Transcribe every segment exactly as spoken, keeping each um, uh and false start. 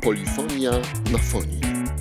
Polifonia na fonii.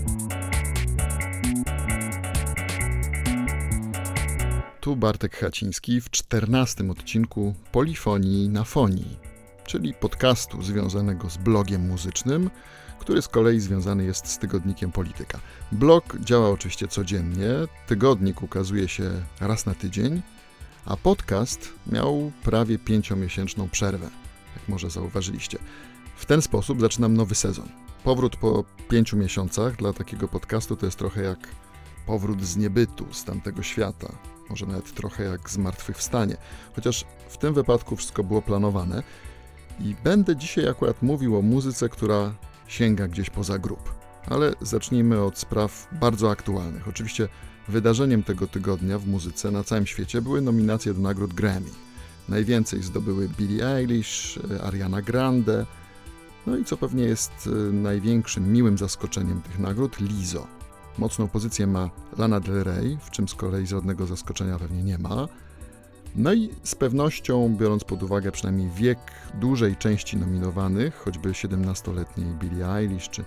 Tu Bartek Chaciński w czternastym odcinku Polifonii na fonii, czyli podcastu związanego z blogiem muzycznym, który z kolei związany jest z tygodnikiem Polityka. Blog działa oczywiście codziennie, tygodnik ukazuje się raz na tydzień, a podcast miał prawie pięciomiesięczną przerwę, jak może zauważyliście. W ten sposób zaczynam nowy sezon. Powrót po pięciu miesiącach dla takiego podcastu to jest trochę jak powrót z niebytu, z tamtego świata. Może nawet trochę jak zmartwychwstanie. Chociaż w tym wypadku wszystko było planowane. I będę dzisiaj akurat mówił o muzyce, która sięga gdzieś poza grób. Ale zacznijmy od spraw bardzo aktualnych. Oczywiście wydarzeniem tego tygodnia w muzyce na całym świecie były nominacje do nagród Grammy. Najwięcej zdobyły Billie Eilish, Ariana Grande, no i co pewnie jest największym miłym zaskoczeniem tych nagród, Lizzo. Mocną pozycję ma Lana Del Rey, w czym z kolei żadnego zaskoczenia pewnie nie ma. No i z pewnością, biorąc pod uwagę przynajmniej wiek dużej części nominowanych, choćby siedemnastoletniej Billie Eilish czy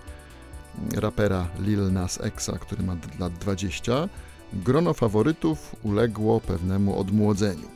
rapera Lil Nas Xa, który ma lat dwadzieścia, grono faworytów uległo pewnemu odmłodzeniu.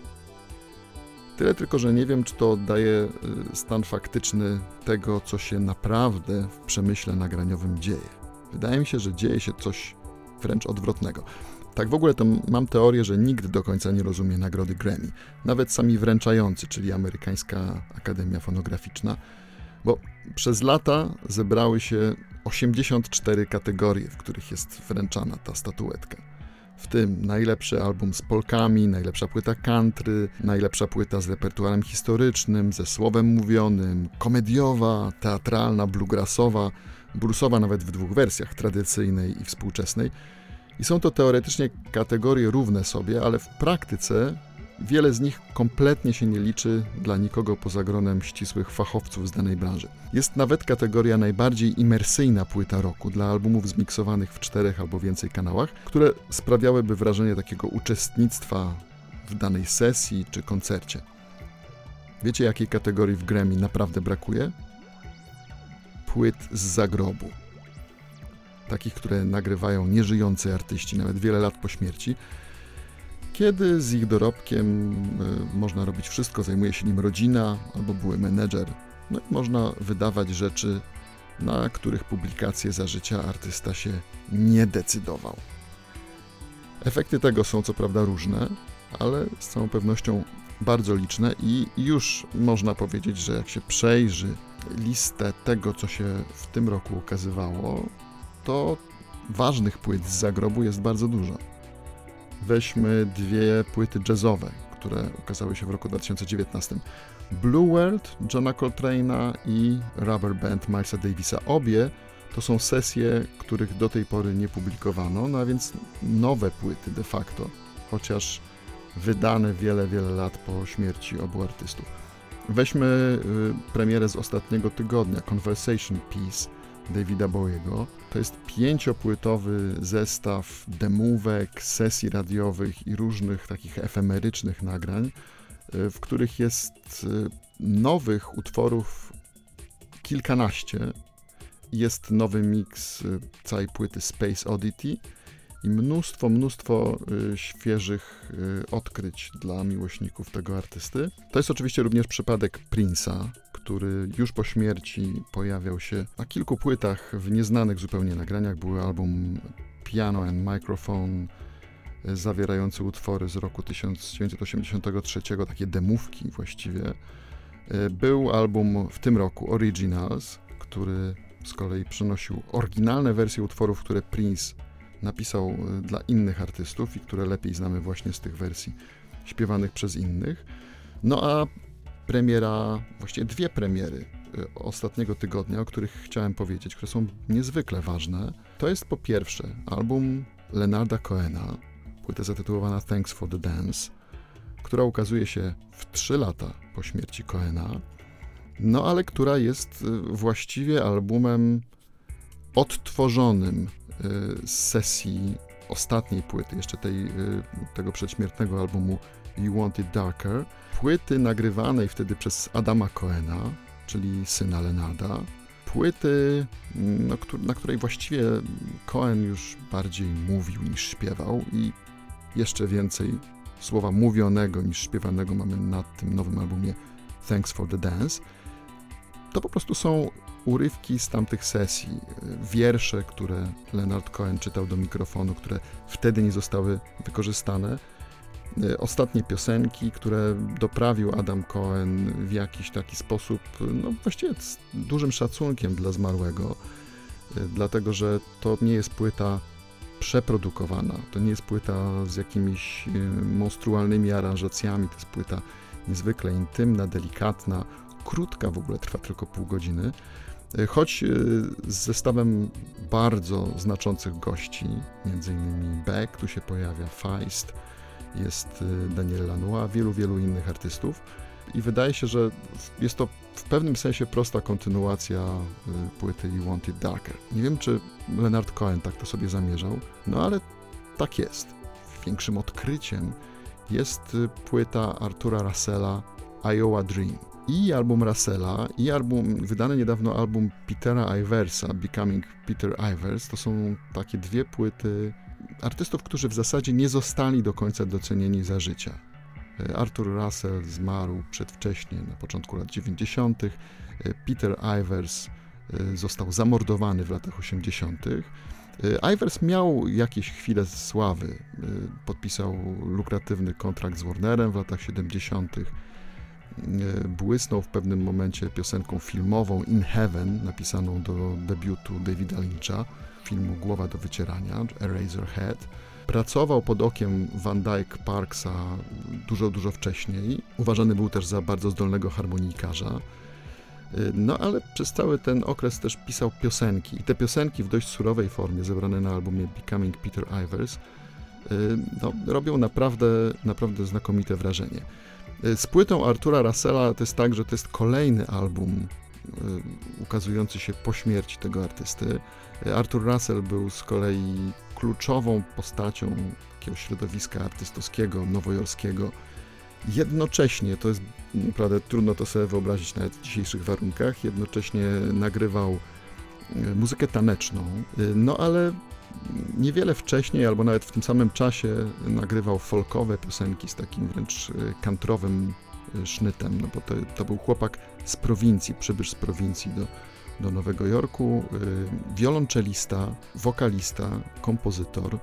Tyle tylko, że nie wiem, czy to oddaje stan faktyczny tego, co się naprawdę w przemyśle nagraniowym dzieje. Wydaje mi się, że dzieje się coś wręcz odwrotnego. Tak w ogóle to mam teorię, że nikt do końca nie rozumie nagrody Grammy. Nawet sami wręczający, czyli Amerykańska Akademia Fonograficzna, bo przez lata zebrały się osiemdziesiąt cztery kategorie, w których jest wręczana ta statuetka. W tym najlepszy album z polkami, najlepsza płyta country, najlepsza płyta z repertuarem historycznym, ze słowem mówionym, komediowa, teatralna, bluegrassowa, bluesowa nawet w dwóch wersjach, tradycyjnej i współczesnej. I są to teoretycznie kategorie równe sobie, ale w praktyce wiele z nich kompletnie się nie liczy dla nikogo poza gronem ścisłych fachowców z danej branży. Jest nawet kategoria najbardziej imersyjna płyta roku dla albumów zmiksowanych w czterech albo więcej kanałach, które sprawiałyby wrażenie takiego uczestnictwa w danej sesji czy koncercie. Wiecie, jakiej kategorii w Grammy naprawdę brakuje? Płyt z zagrobu. Takich, które nagrywają nieżyjący artyści, nawet wiele lat po śmierci, kiedy z ich dorobkiem y, można robić wszystko, zajmuje się nim rodzina albo były menedżer. No i można wydawać rzeczy, na których publikacje za życia artysta się nie decydował. Efekty tego są co prawda różne, ale z całą pewnością bardzo liczne i już można powiedzieć, że jak się przejrzy listę tego, co się w tym roku ukazywało, to ważnych płyt z zagrobu jest bardzo dużo. Weźmy dwie płyty jazzowe, które ukazały się w roku dwa tysiące dziewiętnastym. Blue World Johna Coltrane'a i Rubber Band Milesa Davisa. Obie to są sesje, których do tej pory nie publikowano, no a więc nowe płyty de facto, chociaż wydane wiele, wiele lat po śmierci obu artystów. Weźmy y, premierę z ostatniego tygodnia, Conversation Piece Davida Bowiego. To jest pięciopłytowy zestaw demówek, sesji radiowych i różnych takich efemerycznych nagrań, w których jest nowych utworów kilkanaście. Jest nowy miks całej płyty Space Oddity i mnóstwo, mnóstwo świeżych odkryć dla miłośników tego artysty. To jest oczywiście również przypadek Prince'a, który już po śmierci pojawiał się na kilku płytach w nieznanych zupełnie nagraniach. Był album Piano and Microphone, zawierający utwory z roku tysiąc dziewięćset osiemdziesiątego trzeciego, takie demówki właściwie. Był album w tym roku Originals, który z kolei przynosił oryginalne wersje utworów, które Prince napisał dla innych artystów i które lepiej znamy właśnie z tych wersji śpiewanych przez innych. No a premiera, właściwie dwie premiery ostatniego tygodnia, o których chciałem powiedzieć, które są niezwykle ważne. To jest po pierwsze album Leonarda Cohena, płyta zatytułowana Thanks for the Dance, która ukazuje się w trzy lata po śmierci Cohena, no ale która jest właściwie albumem odtworzonym z sesji ostatniej płyty, jeszcze tej, tego przedśmiertnego albumu You Want It Darker, płyty nagrywanej wtedy przez Adama Cohena, czyli syna Leonarda, płyty, no, na której właściwie Cohen już bardziej mówił niż śpiewał i jeszcze więcej słowa mówionego niż śpiewanego mamy na tym nowym albumie Thanks for the Dance. To po prostu są urywki z tamtych sesji, wiersze, które Leonard Cohen czytał do mikrofonu, które wtedy nie zostały wykorzystane. Ostatnie piosenki, które doprawił Adam Cohen w jakiś taki sposób, no właściwie z dużym szacunkiem dla zmarłego, dlatego że to nie jest płyta przeprodukowana, to nie jest płyta z jakimiś monstrualnymi aranżacjami, to jest płyta niezwykle intymna, delikatna, krótka, w ogóle trwa tylko pół godziny, choć z zestawem bardzo znaczących gości, między innymi Beck, tu się pojawia Feist, jest Daniel Lanois, wielu, wielu innych artystów i wydaje się, że jest to w pewnym sensie prosta kontynuacja płyty You Want It Darker. Nie wiem, czy Leonard Cohen tak to sobie zamierzał, no ale tak jest. Większym odkryciem jest płyta Artura Russella Iowa Dream. I album Russella, i album, wydany niedawno album Petera Iversa, Becoming Peter Ivers, to są takie dwie płyty artystów, którzy w zasadzie nie zostali do końca docenieni za życia. Arthur Russell zmarł przedwcześnie, na początku lat dziewięćdziesiątych. Peter Ivers został zamordowany w latach osiemdziesiątych. Ivers miał jakieś chwile sławy. Podpisał lukratywny kontrakt z Warnerem w latach siedemdziesiątych. Błysnął w pewnym momencie piosenką filmową In Heaven, napisaną do debiutu Davida Lyncha, filmu Głowa do wycierania, Eraserhead. Pracował pod okiem Van Dyke Parksa dużo, dużo wcześniej. Uważany był też za bardzo zdolnego harmonikarza. No ale przez cały ten okres też pisał piosenki. I te piosenki w dość surowej formie, zebrane na albumie Becoming Peter Ivers, no, robią naprawdę, naprawdę znakomite wrażenie. Z płytą Artura Russella to jest tak, że to jest kolejny album ukazujący się po śmierci tego artysty. Arthur Russell był z kolei kluczową postacią takiego środowiska artystowskiego, nowojorskiego. Jednocześnie, to jest naprawdę trudno to sobie wyobrazić nawet w dzisiejszych warunkach, jednocześnie nagrywał muzykę taneczną, no ale niewiele wcześniej, albo nawet w tym samym czasie nagrywał folkowe piosenki z takim wręcz kantrowym sznytem, no bo to, to był chłopak z prowincji, przybysz z prowincji do, do Nowego Jorku, wiolonczelista, wokalista, kompozytor,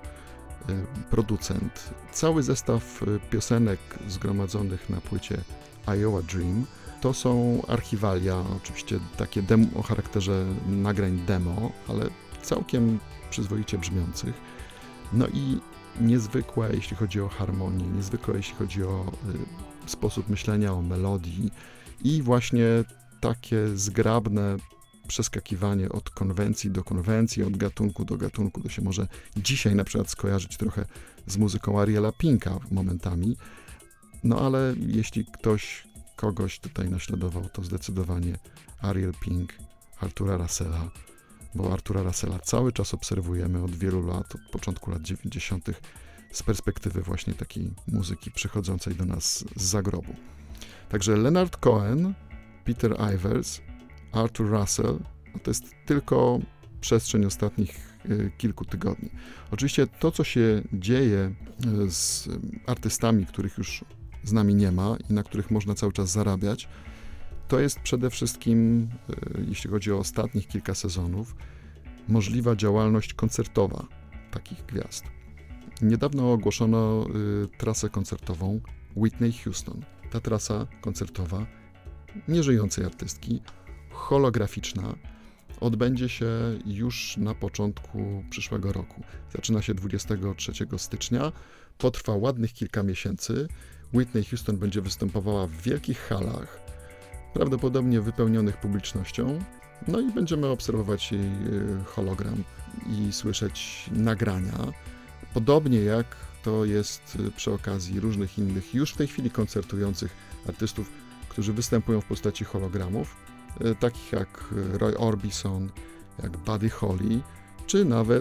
producent. Cały zestaw piosenek zgromadzonych na płycie Iowa Dream to są archiwalia, oczywiście takie demo, o charakterze nagrań demo, ale całkiem przyzwoicie brzmiących. No i niezwykłe, jeśli chodzi o harmonię, niezwykłe, jeśli chodzi o y, sposób myślenia, o melodii i właśnie takie zgrabne przeskakiwanie od konwencji do konwencji, od gatunku do gatunku. To się może dzisiaj na przykład skojarzyć trochę z muzyką Ariela Pinka momentami, no ale jeśli ktoś kogoś tutaj naśladował, to zdecydowanie Ariel Pink, Artura Russella, bo Artura Russella cały czas obserwujemy od wielu lat, od początku lat dziewięćdziesiątych z perspektywy właśnie takiej muzyki przychodzącej do nas z zagrobu. Także Leonard Cohen, Peter Ivers, Arthur Russell, no to jest tylko przestrzeń ostatnich y, kilku tygodni. Oczywiście to, co się dzieje z artystami, których już z nami nie ma i na których można cały czas zarabiać, to jest przede wszystkim, y, jeśli chodzi o ostatnich kilka sezonów, możliwa działalność koncertowa takich gwiazd. Niedawno ogłoszono y, trasę koncertową Whitney Houston. Ta trasa koncertowa nieżyjącej artystki, holograficzna, odbędzie się już na początku przyszłego roku. Zaczyna się dwudziestego trzeciego stycznia, potrwa ładnych kilka miesięcy. Whitney Houston będzie występowała w wielkich halach, prawdopodobnie wypełnionych publicznością, no i będziemy obserwować jej hologram i słyszeć nagrania. Podobnie jak to jest przy okazji różnych innych już w tej chwili koncertujących artystów, którzy występują w postaci hologramów, takich jak Roy Orbison, jak Buddy Holly, czy nawet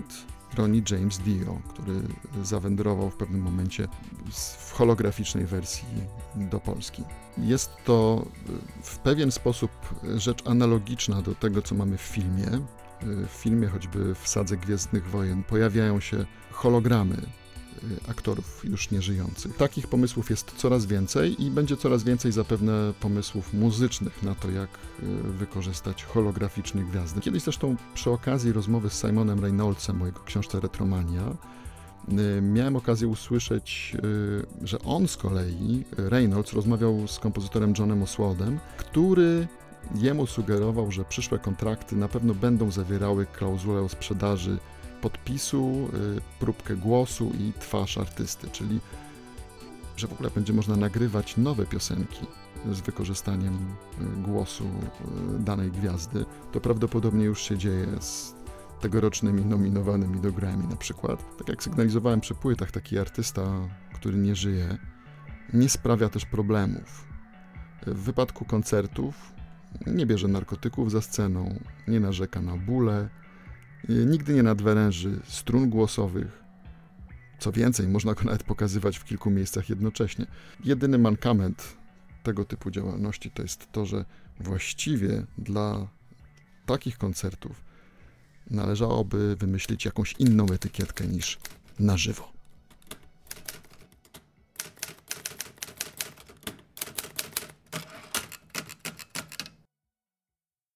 Ronnie James Dio, który zawędrował w pewnym momencie w holograficznej wersji do Polski. Jest to w pewien sposób rzecz analogiczna do tego, co mamy w filmie. W filmie, choćby w Sadze Gwiezdnych Wojen, pojawiają się hologramy aktorów już nieżyjących. Takich pomysłów jest coraz więcej i będzie coraz więcej zapewne pomysłów muzycznych na to, jak wykorzystać holograficznie gwiazdy. Kiedyś zresztą przy okazji rozmowy z Simonem Reynoldsem o jego książce Retromania miałem okazję usłyszeć, że on z kolei, Reynolds, rozmawiał z kompozytorem Johnem Oswaldem, który jemu sugerował, że przyszłe kontrakty na pewno będą zawierały klauzulę o sprzedaży podpisu, próbkę głosu i twarz artysty, czyli że w ogóle będzie można nagrywać nowe piosenki z wykorzystaniem głosu danej gwiazdy. To prawdopodobnie już się dzieje z tegorocznymi nominowanymi do Grammy na przykład. Tak jak sygnalizowałem przy płytach, taki artysta, który nie żyje, nie sprawia też problemów. W wypadku koncertów nie bierze narkotyków za sceną, nie narzeka na bóle, nigdy nie nadwyręży strun głosowych. Co więcej, można go nawet pokazywać w kilku miejscach jednocześnie. Jedyny mankament tego typu działalności to jest to, że właściwie dla takich koncertów należałoby wymyślić jakąś inną etykietkę niż na żywo.